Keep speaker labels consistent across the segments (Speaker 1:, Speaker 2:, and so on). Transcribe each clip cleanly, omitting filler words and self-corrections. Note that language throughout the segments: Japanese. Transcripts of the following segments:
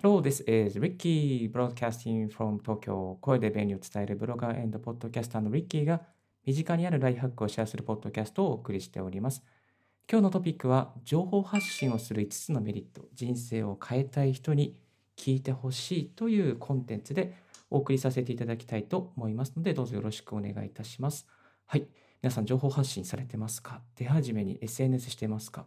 Speaker 1: Hello, this is Ricky broadcasting from Tokyo. 声で便利を伝えるブロガーポッドキャスターの Ricky が身近にあるライフハックをシェアするポッドキャストをお送りしております。今日のトピックは情報発信をする5つのメリット、人生を変えたい人に聞いてほしいというコンテンツでお送りさせていただきたいと思いますので、どうぞよろしくお願いいたします。はい。皆さん情報発信されてますか？手始めに SNS してますか？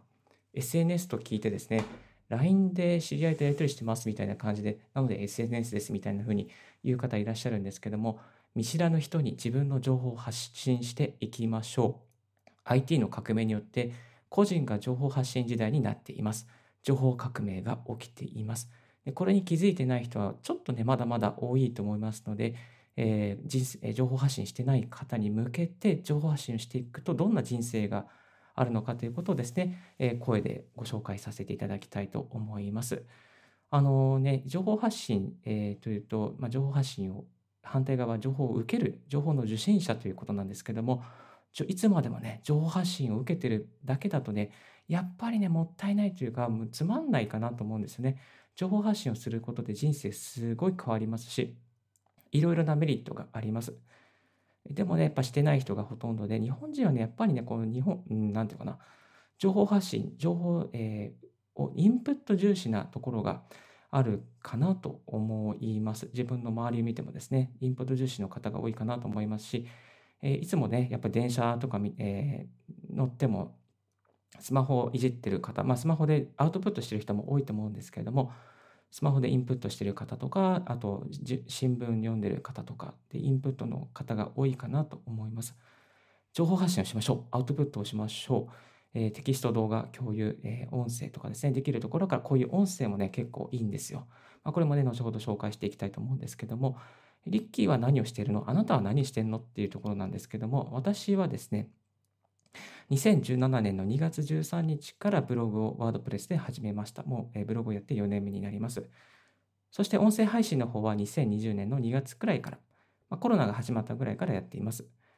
Speaker 1: SNS と聞いてですね、LINE で知り合いとやり取りしてますみたいな感じで、なので SNS ですみたいな風に言う方いらっしゃるんですけども、見知らぬ人に自分の情報を発信していきましょう。IT の革命によって個人が情報発信時代になっています。情報革命が起きています。でこれに気づいてない人はちょっとね、まだまだ多いと思いますので、情報発信してない方に向けて情報発信をしていくとどんな人生があるのかということをですね、声でご紹介させていただきたいと思います。情報発信、というと、情報発信を反対側、情報を受ける、情報の受信者ということなんですけども、いつまでもね、情報発信を受けてるだけだとね、やっぱりね、もったいないというか、もうつまんないかなと思うんですよね。情報発信をすることで人生すごい変わりますし、いろいろなメリットがあります。でもね、やっぱしてない人がほとんどで、日本人はね、やっぱりね、このなんていうかな、情報発信、情報、をインプット重視なところがあるかなと思います。自分の周りを見てもですね、インプット重視の方が多いかなと思いますし、いつもね、やっぱり電車とか乗ってもスマホをいじってる方、スマホでアウトプットしてる人も多いと思うんですけれども、スマホでインプットしてる方とか、あと新聞読んでる方とかでインプットの方が多いかなと思います。情報発信をしましょう。アウトプットをしましょう。テキスト、動画、共有、音声とかですね、できるところからこういう音声もね、結構いいんですよ。これもね、後ほど紹介していきたいと思うんですけども、リッキーは何をしているの？あなたは何してるの？っていうところなんですけども、私はですね、2017年の2月13日からブログをワードプレスで始めました。もうブログをやって4年目になります。そして音声配信の方は2020年の2月くらいから、コロナが始まったぐらいからやっています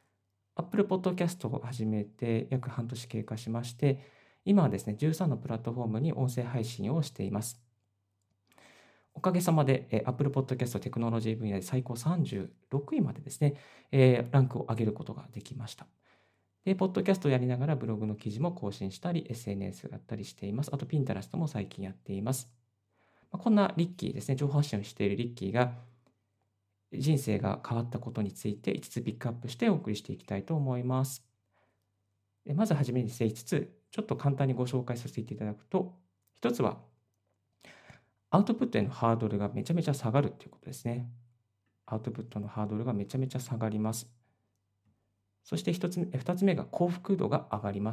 Speaker 1: 。Apple Podcast を始めて約半年経過しまして、今はですね、13のプラットフォームに音声配信をしています。おかげさまで、Apple Podcast テクノロジー分野で最高36位までですね、ランクを上げることができました。で、ポッドキャストをやりながらブログの記事も更新したり、SNS をやったりしています。あと、Pinterest も最近やっています。こんなリッキーですね、情報発信をしているリッキーが、人生が変わったことについて5つピックアップしてお送りしていきたいと思います。まずはじめにですね、5つ、ちょっと簡単にご紹介させていただくと、1つは、アウトプットへのハードルがめちゃめちゃ下がるということですね。アウトプットのハードルがめちゃめちゃ下がります。そして2つ目が幸福度が上がります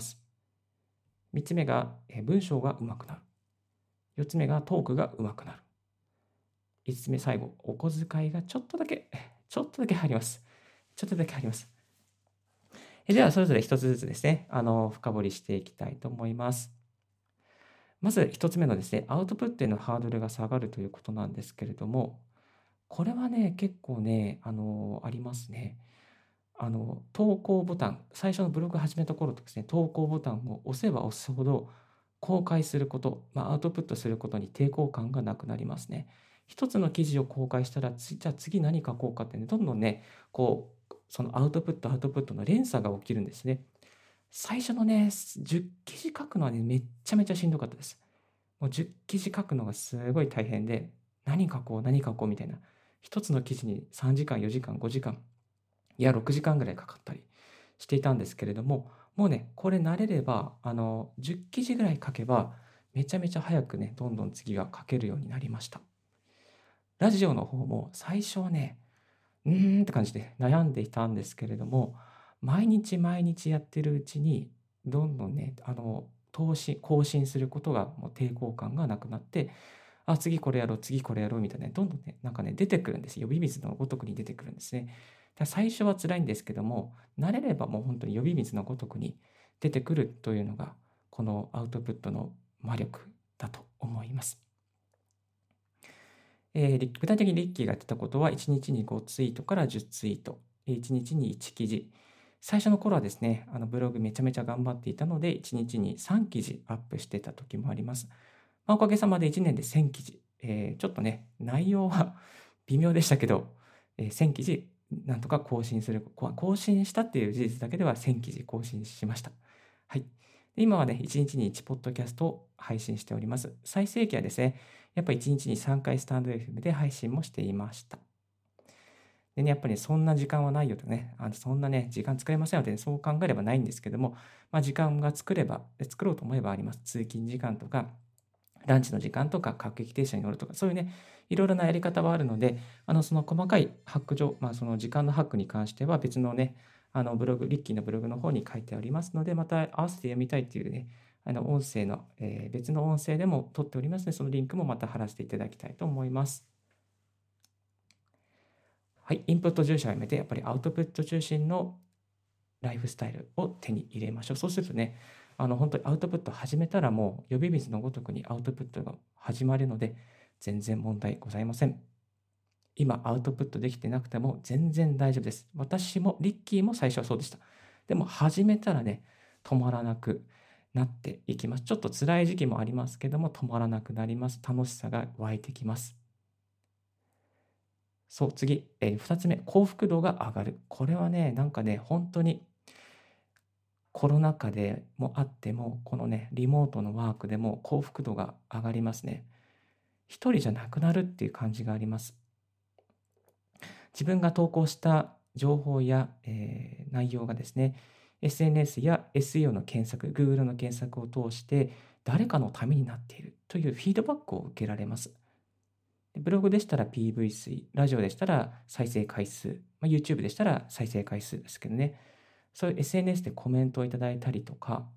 Speaker 1: 。3つ目が文章が上手くなる。4つ目がトークが上手くなる。5つ目、最後、お小遣いがちょっとだけ入ります。ちょっとだけ入ります。では、それぞれ1つずつですね、深掘りしていきたいと思います。まず1つ目のですね、アウトプットへのハードルが下がるということなんですけれども、これはね、結構ね、ありますね。投稿ボタン、最初のブログ始めた頃とですね、投稿ボタンを押せば押すほど、公開すること、アウトプットすることに抵抗感がなくなりますね。一つの記事を公開したら、じゃあ次何書こうかってね、どんどんね、そのアウトプットの連鎖が起きるんですね。最初のね、10記事書くのはね、めっちゃめちゃしんどかったです。もう10記事書くのがすごい大変で、何書こうみたいな。一つの記事に3時間、4時間、5時間、いや、6時間ぐらいかかったりしていたんですけれども、もうね、これ慣れれば、10記事ぐらい書けば、めちゃめちゃ早くね、どんどん次が書けるようになりました。ラジオの方も最初はね、って感じで悩んでいたんですけれども、毎日毎日やってるうちに、どんどんね、更新することがもう抵抗感がなくなって、次これやろう、次これやろうみたいなね、どんどんね、なんかね、出てくるんですよ。呼び水のごとくに出てくるんですね。最初は辛いんですけども、慣れればもう本当に呼び水のごとくに出てくるというのが、このアウトプットの魔力だと思います。具体的にリッキーがやってたことは、1日に5ツイートから10ツイート、1日に1記事。最初の頃はですね、ブログめちゃめちゃ頑張っていたので、1日に3記事アップしてた時もあります。おかげさまで1年で1000記事、 ちょっとね、内容は微妙でしたけど、1000記事なんとか更新する、更新したっていう事実だけでは1000記事更新しました。はい。今はね、1日に1ポッドキャストを配信しております。最盛期はですね、やっぱ1日に3回スタンド FM で配信もしていました。でね、やっぱりそんな時間はないよとね、そんなね、時間作れませんので、ね、そう考えればないんですけども、時間が作ろうと思えばあります。通勤時間とか、ランチの時間とか、各駅停車に乗るとか、そういうね、いろいろなやり方はあるので、その細かいハック上、その時間のハックに関しては別のね、リッキーのブログの方に書いてありますので、また合わせて読みたいというね、音声の、別の音声でも取っておりますので、そのリンクもまた貼らせていただきたいと思います。はい、インプット重視をやめて、やっぱりアウトプット中心のライフスタイルを手に入れましょう。そうするとね、本当にアウトプット始めたらもう呼び水のごとくにアウトプットが始まるので、全然問題ございません。今、アウトプットできてなくても全然大丈夫です。私も、リッキーも最初はそうでした。でも始めたらね、止まらなくなっていきます。ちょっと辛い時期もありますけども、止まらなくなります。楽しさが湧いてきます。そう、次、2つ目、幸福度が上がる。これはね、なんかね、本当にコロナ禍でもあっても、このね、リモートのワークでも幸福度が上がりますね。一人じゃなくなるっていう感じがあります。自分が投稿した情報や、内容がですね、SNS や SEO の検索、Google の検索を通して誰かのためになっているというフィードバックを受けられます。ブログでしたら PV 数、ラジオでしたら再生回数、YouTube でしたら再生回数ですけどね、そういう SNS でコメントをいただいたりとか、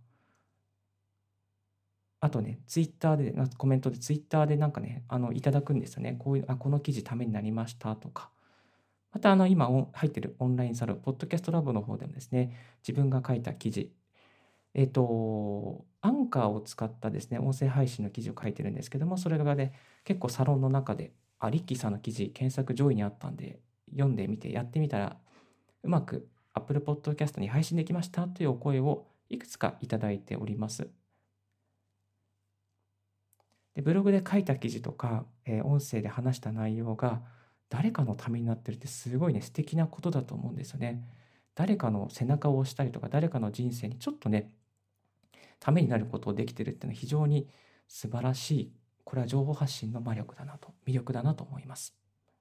Speaker 1: あとね、ツイッターで、コメントでツイッターでなんかね、いただくんですよね。こういう、この記事ためになりましたとか。また、今入ってるオンラインサロン、ポッドキャストラボの方でもですね、自分が書いた記事、アンカーを使ったですね、音声配信の記事を書いてるんですけども、それがね、結構サロンの中で、リッキーさんの記事、検索上位にあったんで、読んでみて、やってみたら、うまく Apple Podcast に配信できましたというお声をいくつかいただいております。で、ブログで書いた記事とか、音声で話した内容が誰かのためになってるってすごいね、素敵なことだと思うんですよね。誰かの背中を押したりとか、誰かの人生にちょっとね、ためになることをできてるっていうのは非常に素晴らしい。これは情報発信の魅力だなと思います。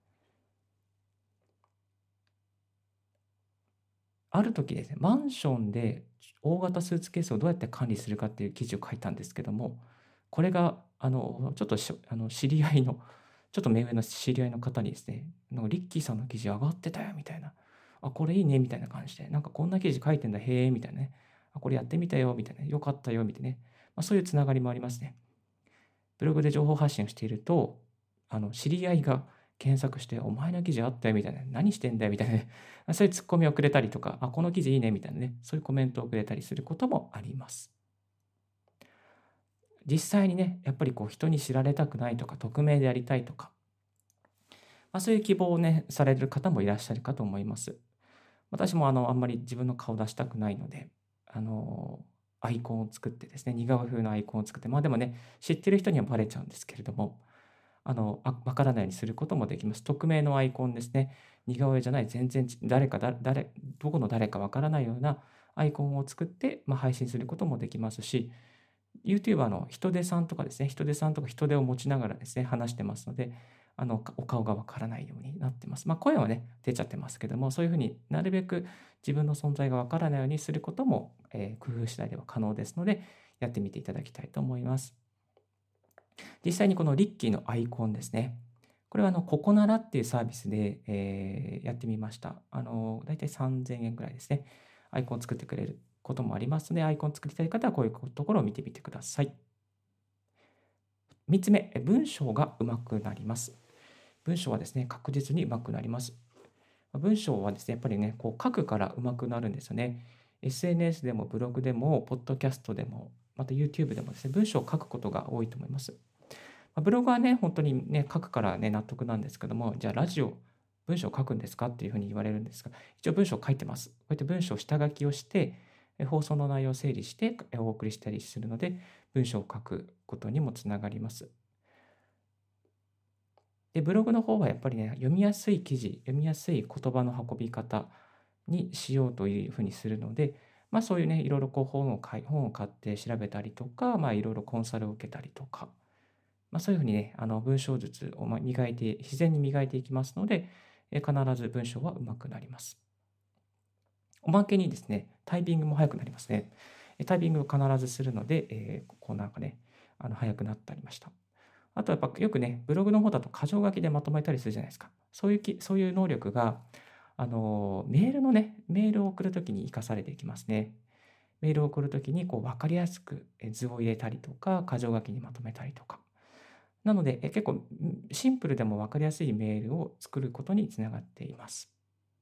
Speaker 1: ある時ですね、マンションで大型スーツケースをどうやって管理するかっていう記事を書いたんですけども、これが、ちょっと知り合いの、ちょっと目上の知り合いの方にですね、なんかリッキーさんの記事上がってたよみたいな、これいいねみたいな感じで、なんかこんな記事書いてんだ、へえみたいなね、これやってみたよみたいな、よかったよみたいなね、そういうつながりもありますね。ブログで情報発信をしていると、知り合いが検索して、お前の記事あったよみたいな、何してんだよみたいなね、そういうツッコミをくれたりとか、この記事いいねみたいなね、そういうコメントをくれたりすることもあります。実際にね、やっぱりこう人に知られたくないとか、匿名でやりたいとか、そういう希望をね、される方もいらっしゃるかと思います。私もあんまり自分の顔出したくないので、あの、アイコンを作ってですね、似顔絵風のアイコンを作って、でもね、知ってる人にはバレちゃうんですけれども、わからないようにすることもできます。匿名のアイコンですね。似顔絵じゃない、全然どこの誰かわからないようなアイコンを作って、配信することもできますし、YouTuber の人手さんとかですね、人手さんとか人手を持ちながらですね、話してますので、お顔がわからないようになってます。声はね、出ちゃってますけども、そういうふうになるべく自分の存在がわからないようにすることも、工夫次第では可能ですので、やってみていただきたいと思います。実際にこのリッキーのアイコンですね。これはココナラっていうサービスで、やってみました。だいたい3000円ぐらいですね。アイコンを作ってくれることもありますので、アイコン作りたい方はこういうところを見てみてください。3つ目、文章が上手くなります。文章はですね、確実に上手くなります。文章はですね、やっぱりね、こう書くから上手くなるんですよね。SNS でもブログでも、ポッドキャストでも、また YouTube でもですね、文章を書くことが多いと思います。ブログはね、本当にね、書くからね、納得なんですけども、じゃあラジオ、文章を書くんですかっていうふうに言われるんですが、一応文章を書いてます。こうやって文章を下書きをして、放送の内容を整理してお送りしたりするので、文章を書くことにもつながります。 で、ブログの方はやっぱりね、読みやすい記事、読みやすい言葉の運び方にしようというふうにするので、そういうね、いろいろこう本を買って調べたりとか、いろいろコンサルを受けたりとか、そういうふうにね、文章術を自然に磨いていきますので、必ず文章は上手くなります。おまけにですね、タイピングも速くなりますね。タイピングを必ずするので、こうなんかね、速くなったりました。あとやっぱよくね、ブログの方だと箇条書きでまとめたりするじゃないですか。そういう能力が、メールを送るときに活かされていきますね。メールを送るときにこう分かりやすく図を入れたりとか、箇条書きにまとめたりとか。なので、結構シンプルでも分かりやすいメールを作ることにつながっています。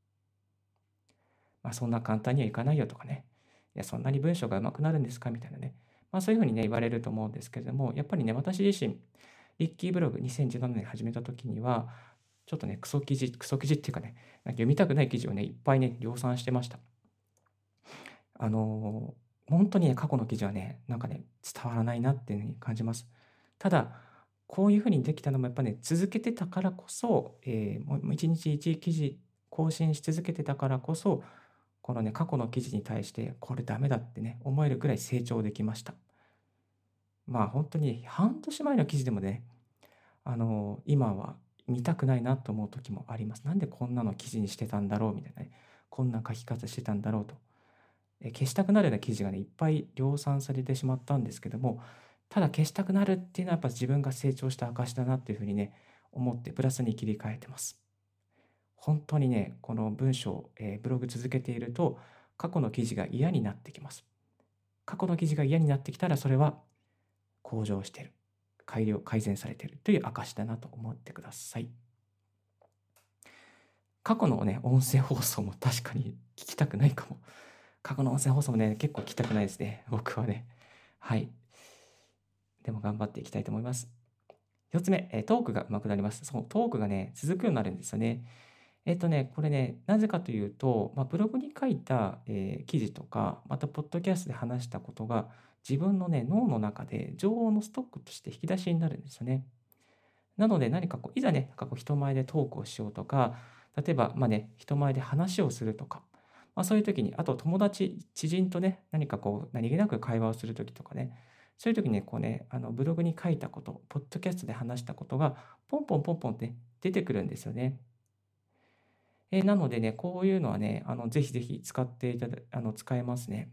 Speaker 1: そんな簡単にはいかないよとかね。いや、そんなに文章が上手くなるんですかみたいなね。そういうふうにね、言われると思うんですけれども、やっぱりね、私自身、リッキーブログ2017年始めた時には、ちょっとね、クソ記事っていうかね、なんか読みたくない記事をね、いっぱいね、量産してました。本当にね、過去の記事はね、なんかね、伝わらないなっていうふうに感じます。ただ、こういうふうにできたのもやっぱね、続けてたからこそ、もう1日1記事更新し続けてたからこそ、このね、過去の記事に対して、これダメだってね、思えるぐらい成長できました。本当に半年前の記事でもね、今は見たくないなと思う時もあります。なんでこんなの記事にしてたんだろうみたいなね。こんな書き方してたんだろうと。消したくなるような記事がね、いっぱい量産されてしまったんですけども、ただ消したくなるっていうのはやっぱ自分が成長した証だなっていうふうにね、思ってプラスに切り替えてます。本当にね、この文章、ブログ続けていると、過去の記事が嫌になってきます。過去の記事が嫌になってきたら、それは向上している。改善されているという証だなと思ってください。過去のね、音声放送も確かに聞きたくないかも。過去の音声放送もね、結構聞きたくないですね。僕はね。はい。でも頑張っていきたいと思います。4つ目、トークが上手くなります。そう、トークがね、続くようになるんですよね。これね、なぜかというと、ブログに書いた、記事とか、またポッドキャストで話したことが、自分のね、脳の中で情報のストックとして引き出しになるんですよね。なので何かこう、いざね、なんかこう人前でトークをしようとか、例えば、人前で話をするとか、そういう時に、あと友達、知人とね、何かこう、何気なく会話をする時とかね、そういう時にね、こうね、ブログに書いたこと、ポッドキャストで話したことが、ポンポンポンポンって出てくるんですよね。なのでね、こういうのはね、ぜひぜひ使っていただ使えますね。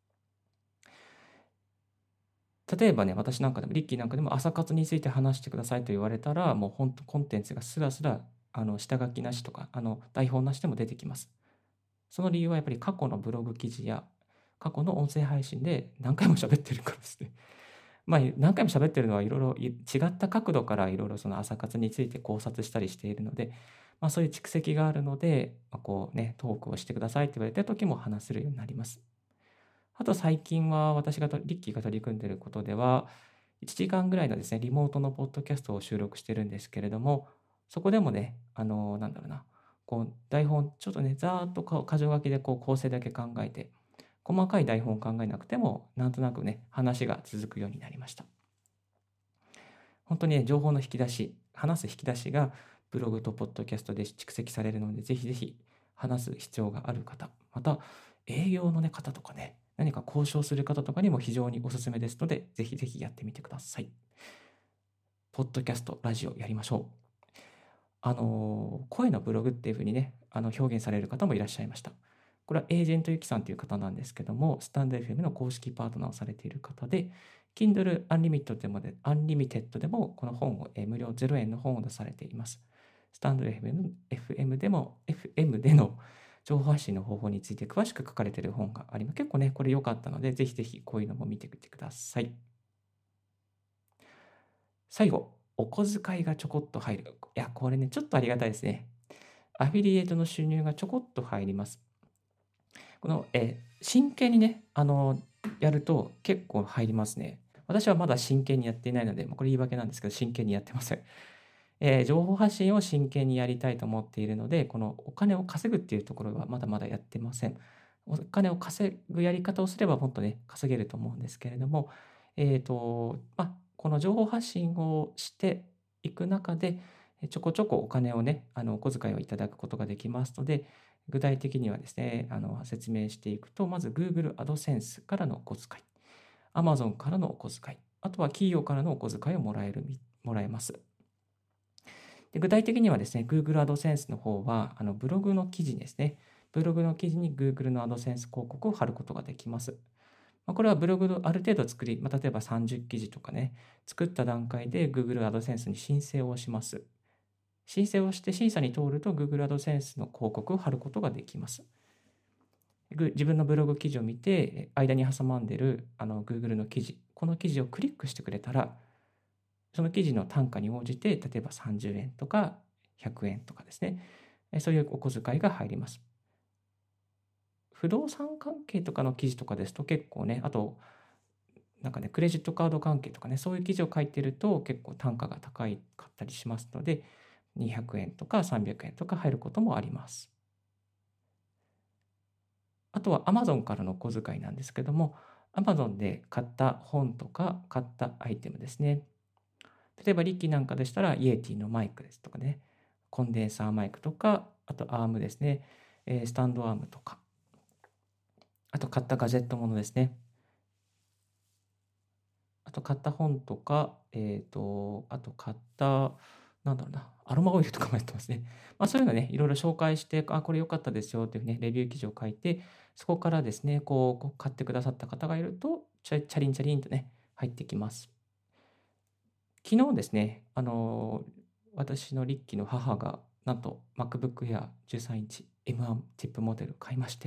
Speaker 1: 例えばね、私なんかでも、リッキーなんかでも朝活について話してくださいと言われたら、もう本当コンテンツがスラスラ、下書きなしとか、台本なしでも出てきます。その理由はやっぱり過去のブログ記事や、過去の音声配信で何回も喋ってるからですね。何回も喋ってるのはいろいろ違った角度からいろいろその朝活について考察したりしているので、そういう蓄積があるので、こうね、トークをしてくださいって言われた時も話せるようになります。あと最近はリッキーが取り組んでいることでは、1時間ぐらいのですね、リモートのポッドキャストを収録してるんですけれども、そこでもね、なんだろうな、こう台本、ちょっとね、ざーっと箇条書きでこう構成だけ考えて、細かい台本を考えなくても、なんとなくね、話が続くようになりました。本当にね、情報の引き出し、話す引き出しがブログとポッドキャストで蓄積されるので、ぜひぜひ話す必要がある方、また営業の、方とかね、何か交渉する方とかにも非常におすすめですので、ぜひぜひやってみてください。ポッドキャスト、ラジオやりましょう。声のブログっていう風にね、表現される方もいらっしゃいました。これはエージェントゆきさんという方なんですけども、スタンド FM の公式パートナーをされている方で、Kindle Unlimited でもこの本を、無料0円の本を出されています。スタンド FM でも FM での情報発信の方法について詳しく書かれている本があります。結構ね、これ良かったので、ぜひぜひこういうのも見てみてください。最後、お小遣いがちょこっと入る。いや、これね、ちょっとありがたいですね。アフィリエイトの収入がちょこっと入ります。この、真剣にね、やると結構入りますね。私はまだ真剣にやっていないので、これ言い訳なんですけど、真剣にやってません。情報発信を真剣にやりたいと思っているので、このお金を稼ぐっていうところはまだまだやってません。お金を稼ぐやり方をすればもっとね、稼げると思うんですけれども、この情報発信をしていく中で、 ちょこちょこお金をね、お小遣いをいただくことができますので、具体的にはですね、説明していくと、まず Google AdSense からのお小遣い、Amazon からのお小遣い、あとは企業からのお小遣いをもらえます。で、具体的にはですね、Google AdSense の方は、ブログの記事ですね。ブログの記事に Google の AdSense 広告を貼ることができます。これはブログのある程度例えば30記事とかね、作った段階で Google AdSense に申請をします。申請をして審査に通ると Google AdSense の広告を貼ることができます。自分のブログ記事を見て、間に挟まんでるGoogle の記事、この記事をクリックしてくれたら、その記事の単価に応じて、例えば30円とか100円とかですね、そういうお小遣いが入ります。不動産関係とかの記事とかですと結構ね、あと、なんかね、クレジットカード関係とかね、そういう記事を書いてると結構単価が高かったりしますので、200円とか300円とか入ることもあります。あとは Amazon からのお小遣いなんですけども、Amazon で買った本とか買ったアイテムですね。例えばリッキーなんかでしたら、イエティのマイクですとかね、コンデンサーマイクとか、あとアームですね、スタンドアームとか、あと買ったガジェットものですね。あと買った本とか、あと買った、なんだろうな、アロマオイルとかもやってますね。そういうのね、いろいろ紹介して、これ良かったですよっていうね、レビュー記事を書いて、そこからですね、こう買ってくださった方がいると、チャリンチャリンとね、入ってきます。昨日ですね、私のリッキーの母が、なんと MacBook Air 13インチ M1 チップモデルを買いまして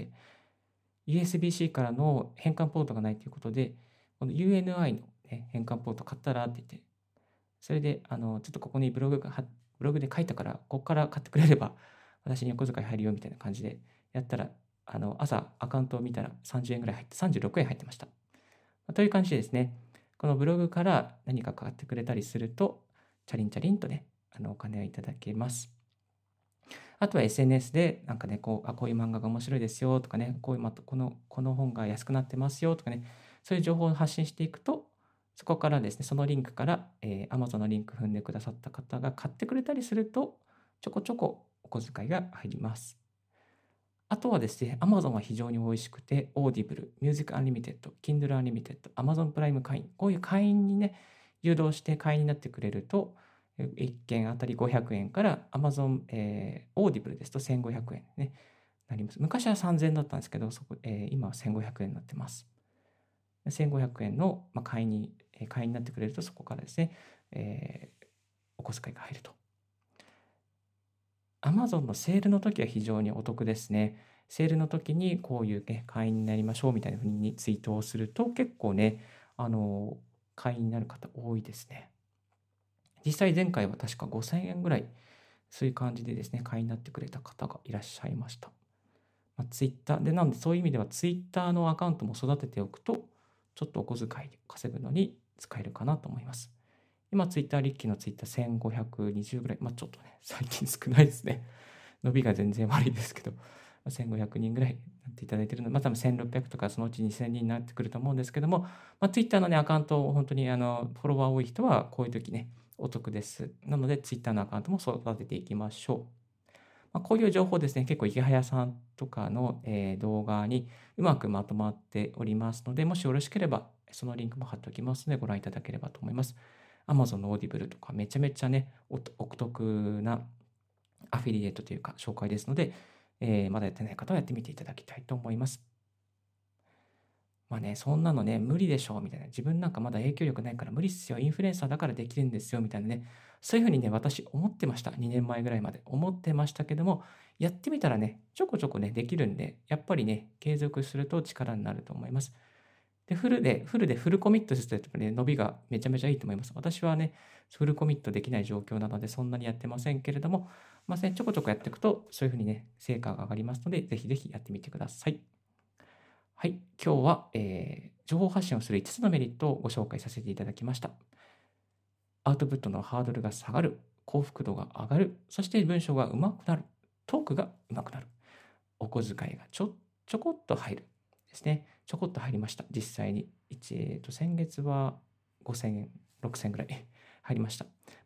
Speaker 1: 、USB-C からの変換ポートがないということで、この UNI の、ね、変換ポート買ったらって言って、それで、ちょっとここにブログで書いたから、ここから買ってくれれば、私にお小遣い入るよみたいな感じでやったら、朝アカウントを見たら30円ぐらい入って、36円入ってました。という感じでですね、このブログから何か買ってくれたりすると、チャリンチャリンとね、お金をいただけます。あとは SNS で、なんかね、こういう漫画が面白いですよとかね、この本が安くなってますよとかね、そういう情報を発信していくと、そこからですね、そのリンクから、Amazon のリンク踏んでくださった方が買ってくれたりすると、ちょこちょこお小遣いが入ります。あとはですね、Amazon は非常に美味しくて、Audible、Music Unlimited、Kindle Unlimited、Amazon プライム会員、こういう会員にね、誘導して会員になってくれると、1件あたり500円から Amazon、Audible ですと1500円ね、なります。昔は3000円だったんですけど、今は1500円になってます。1500円の、会員になってくれると、そこからですね、お小遣いが入ると。Amazon のセールの時は非常にお得ですね。セールの時にこういうね、会員になりましょうみたいな風にツイートをすると結構ね、会員になる方多いですね。実際前回は確か5000円ぐらい、そういう感じでですね、会員になってくれた方がいらっしゃいました。ツイッターで、なのでそういう意味ではツイッターのアカウントも育てておくと、ちょっとお小遣い稼ぐのに使えるかなと思います。今、ツイッター、リッキーのツイッター1520ぐらい。ちょっとね、最近少ないですね。伸びが全然悪いですけど、1500人ぐらいなっていただいているので、多分1600とかそのうち2000人になってくると思うんですけども、ツイッターのね、アカウント、本当にフォロワー多い人は、こういう時ね、お得です。なので、ツイッターのアカウントも育てていきましょう。こういう情報ですね、結構池早さんとかの、動画にうまくまとまっておりますので、もしよろしければ、そのリンクも貼っておきますので、ご覧いただければと思います。Amazon の Audible とかめちゃめちゃね、お得なアフィリエイトというか紹介ですので、まだやってない方はやってみていただきたいと思います。そんなのね、無理でしょうみたいな。自分なんかまだ影響力ないから無理っすよ。インフルエンサーだからできるんですよみたいなね。そういうふうにね、私思ってました。2年前ぐらいまで。思ってましたけども、やってみたらね、ちょこちょこね、できるんで、やっぱりね、継続すると力になると思います。で、フルコミットするとね、伸びがめちゃめちゃいいと思います。私はね、フルコミットできない状況なので、そんなにやってませんけれども、ちょこちょこやっていくと、そういうふうにね、成果が上がりますので、ぜひぜひやってみてください。はい、今日は、情報発信をする5つのメリットをご紹介させていただきました。アウトプットのハードルが下がる、幸福度が上がる、そして文章が上手くなる、トークが上手くなる、お小遣いがちょこっと入るですね。ちょこっと入りました。実際に。先月は5000円、6000円ぐらい入りました。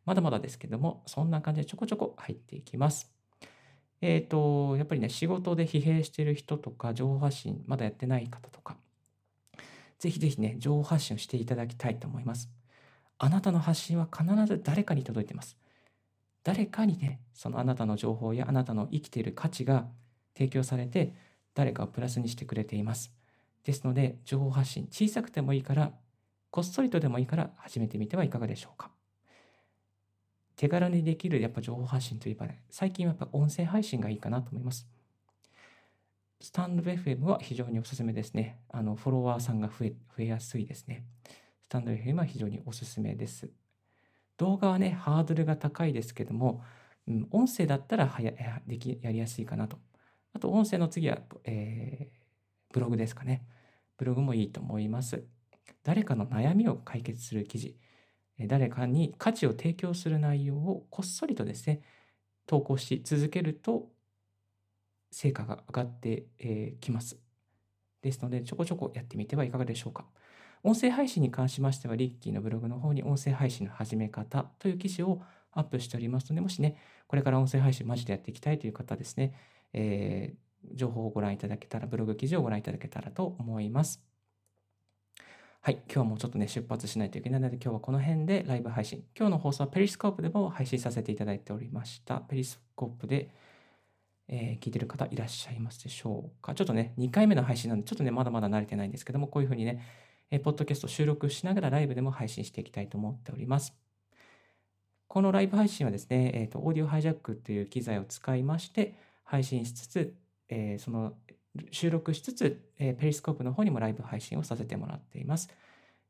Speaker 1: まだまだですけども、そんな感じでちょこちょこ入っていきます。やっぱりね、仕事で疲弊している人とか、情報発信まだやってない方とか、ぜひぜひね、情報発信をしていただきたいと思います。あなたの発信は必ず誰かに届いています。誰かにね、そのあなたの情報やあなたの生きている価値が提供されて、誰かをプラスにしてくれています。ですので、情報発信、小さくてもいいから、こっそりとでもいいから始めてみてはいかがでしょうか。手軽にできるやっぱ情報発信といえばね、最近はやっぱ音声配信がいいかなと思います。スタンド FM は非常におすすめですね。フォロワーさんが増えやすいですね。スタンド FM は非常におすすめです。動画はね、ハードルが高いですけども、音声だったらやりやすいかなと。あと、音声の次は、ブログですかね。ブログもいいと思います。誰かの悩みを解決する記事、誰かに価値を提供する内容をこっそりとですね、投稿し続けると、成果が上がってきます。ですので、ちょこちょこやってみてはいかがでしょうか。音声配信に関しましては、リッキーのブログの方に音声配信の始め方という記事をアップしておりますので、もしね、これから音声配信マジでやっていきたいという方ですね、情報をご覧いただけたら、ブログ記事をご覧いただけたらと思います。はい、今日もちょっとね、出発しないといけないので、今日はこの辺でライブ配信。今日の放送はペリスコープでも配信させていただいておりました。ペリスコープで、聞いている方いらっしゃいますでしょうか。ちょっとね、2回目の配信なんで、ちょっとね、まだまだ慣れてないんですけども、こういうふうにね、ポッドキャスト収録しながらライブでも配信していきたいと思っております。このライブ配信はですね、オーディオハイジャックという機材を使いまして、配信しつつ、その収録しつつ、ペリスコープの方にもライブ配信をさせてもらっています。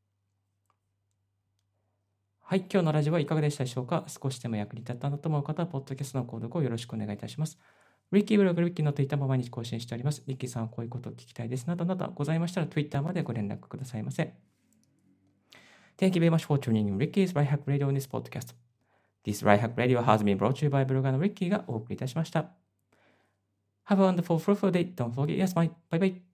Speaker 1: はい、今日のラジオはいかがでしたでしょうか。少しでも役に立ったなと思う方は、ポッドキャストの購読をよろしくお願いいたします。リッキーブログ、リッキーの Twitter も毎日更新しております。リッキーさんはこういうことを聞きたいです。などなどございましたら Twitter までご連絡くださいませ。Thank you very much for tuning in Ricky's Right Hack Radio in this podcast.This Right Hack Radio has been brought to you by ブロガーのリッキーがお送りいたしました。Have a wonderful, fruitful day. Don't forget your smile. Bye bye.